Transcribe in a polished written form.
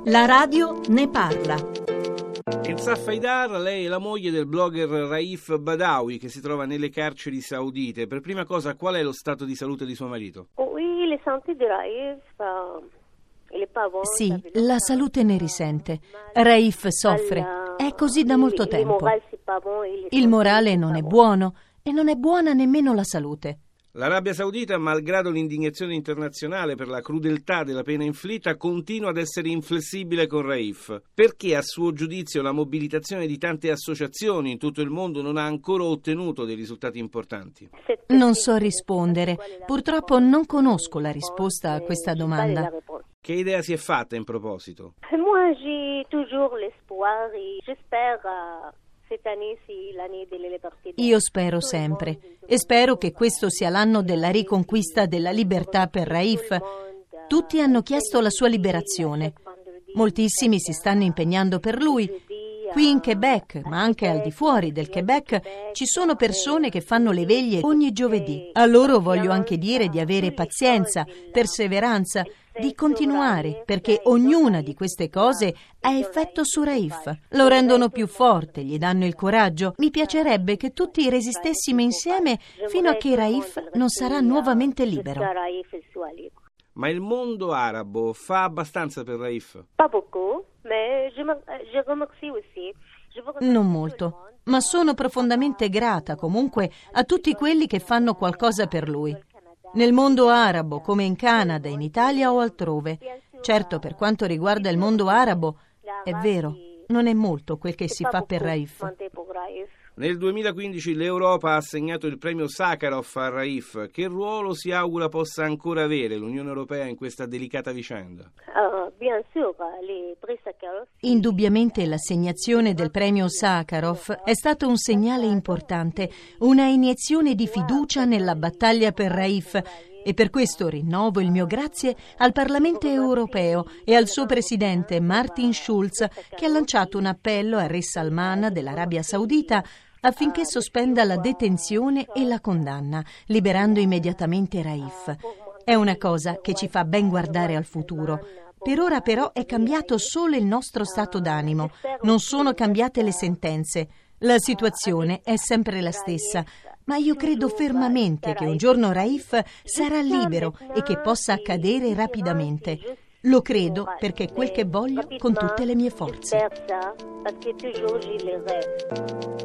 La radio ne parla. Ensaf Haidar, lei è la moglie del blogger Raif Badawi che si trova nelle carceri saudite. Per prima cosa, qual è lo stato di salute di suo marito? Sì, la salute ne risente. Raif soffre. È così da molto tempo. Il morale non è buono e non è buona nemmeno la salute. L'Arabia Saudita, malgrado l'indignazione internazionale per la crudeltà della pena inflitta, continua ad essere inflessibile con Raif. Perché, a suo giudizio, la mobilitazione di tante associazioni in tutto il mondo non ha ancora ottenuto dei risultati importanti? Non so rispondere. Purtroppo non conosco la risposta a questa domanda. Che idea si è fatta in proposito? Moi, j'ai toujours l'espoir et j'espère cette année c'est l'année delle libertà. Io spero sempre e spero che questo sia l'anno della riconquista della libertà per Raif. Tutti hanno chiesto la sua liberazione. Moltissimi si stanno impegnando per lui. Qui in Quebec, ma anche al di fuori del Quebec, ci sono persone che fanno le veglie ogni giovedì. A loro voglio anche dire di avere pazienza, perseveranza, di continuare, perché ognuna di queste cose ha effetto su Raif. Lo rendono più forte, gli danno il coraggio. Mi piacerebbe che tutti resistessimo insieme fino a che Raif non sarà nuovamente libero. Ma il mondo arabo fa abbastanza per Raif? Non molto, ma sono profondamente grata comunque a tutti quelli che fanno qualcosa per lui. Nel mondo arabo, come in Canada, in Italia o altrove. Certo, per quanto riguarda il mondo arabo, è vero, non è molto quel che si fa per Raif. Nel 2015 l'Europa ha assegnato il premio Sakharov a Raif. Che ruolo si augura possa ancora avere l'Unione Europea in questa delicata vicenda? Indubbiamente l'assegnazione del premio Sakharov è stato un segnale importante, una iniezione di fiducia nella battaglia per Raif. E per questo rinnovo il mio grazie al Parlamento europeo e al suo presidente Martin Schulz, che ha lanciato un appello a Re Salman dell'Arabia Saudita affinché sospenda la detenzione e la condanna, liberando immediatamente Raif. È una cosa che ci fa ben guardare al futuro. Per ora però è cambiato solo il nostro stato d'animo, non sono cambiate le sentenze. La situazione è sempre la stessa, ma io credo fermamente che un giorno Raif sarà libero e che possa accadere rapidamente. Lo credo perché è quel che voglio con tutte le mie forze.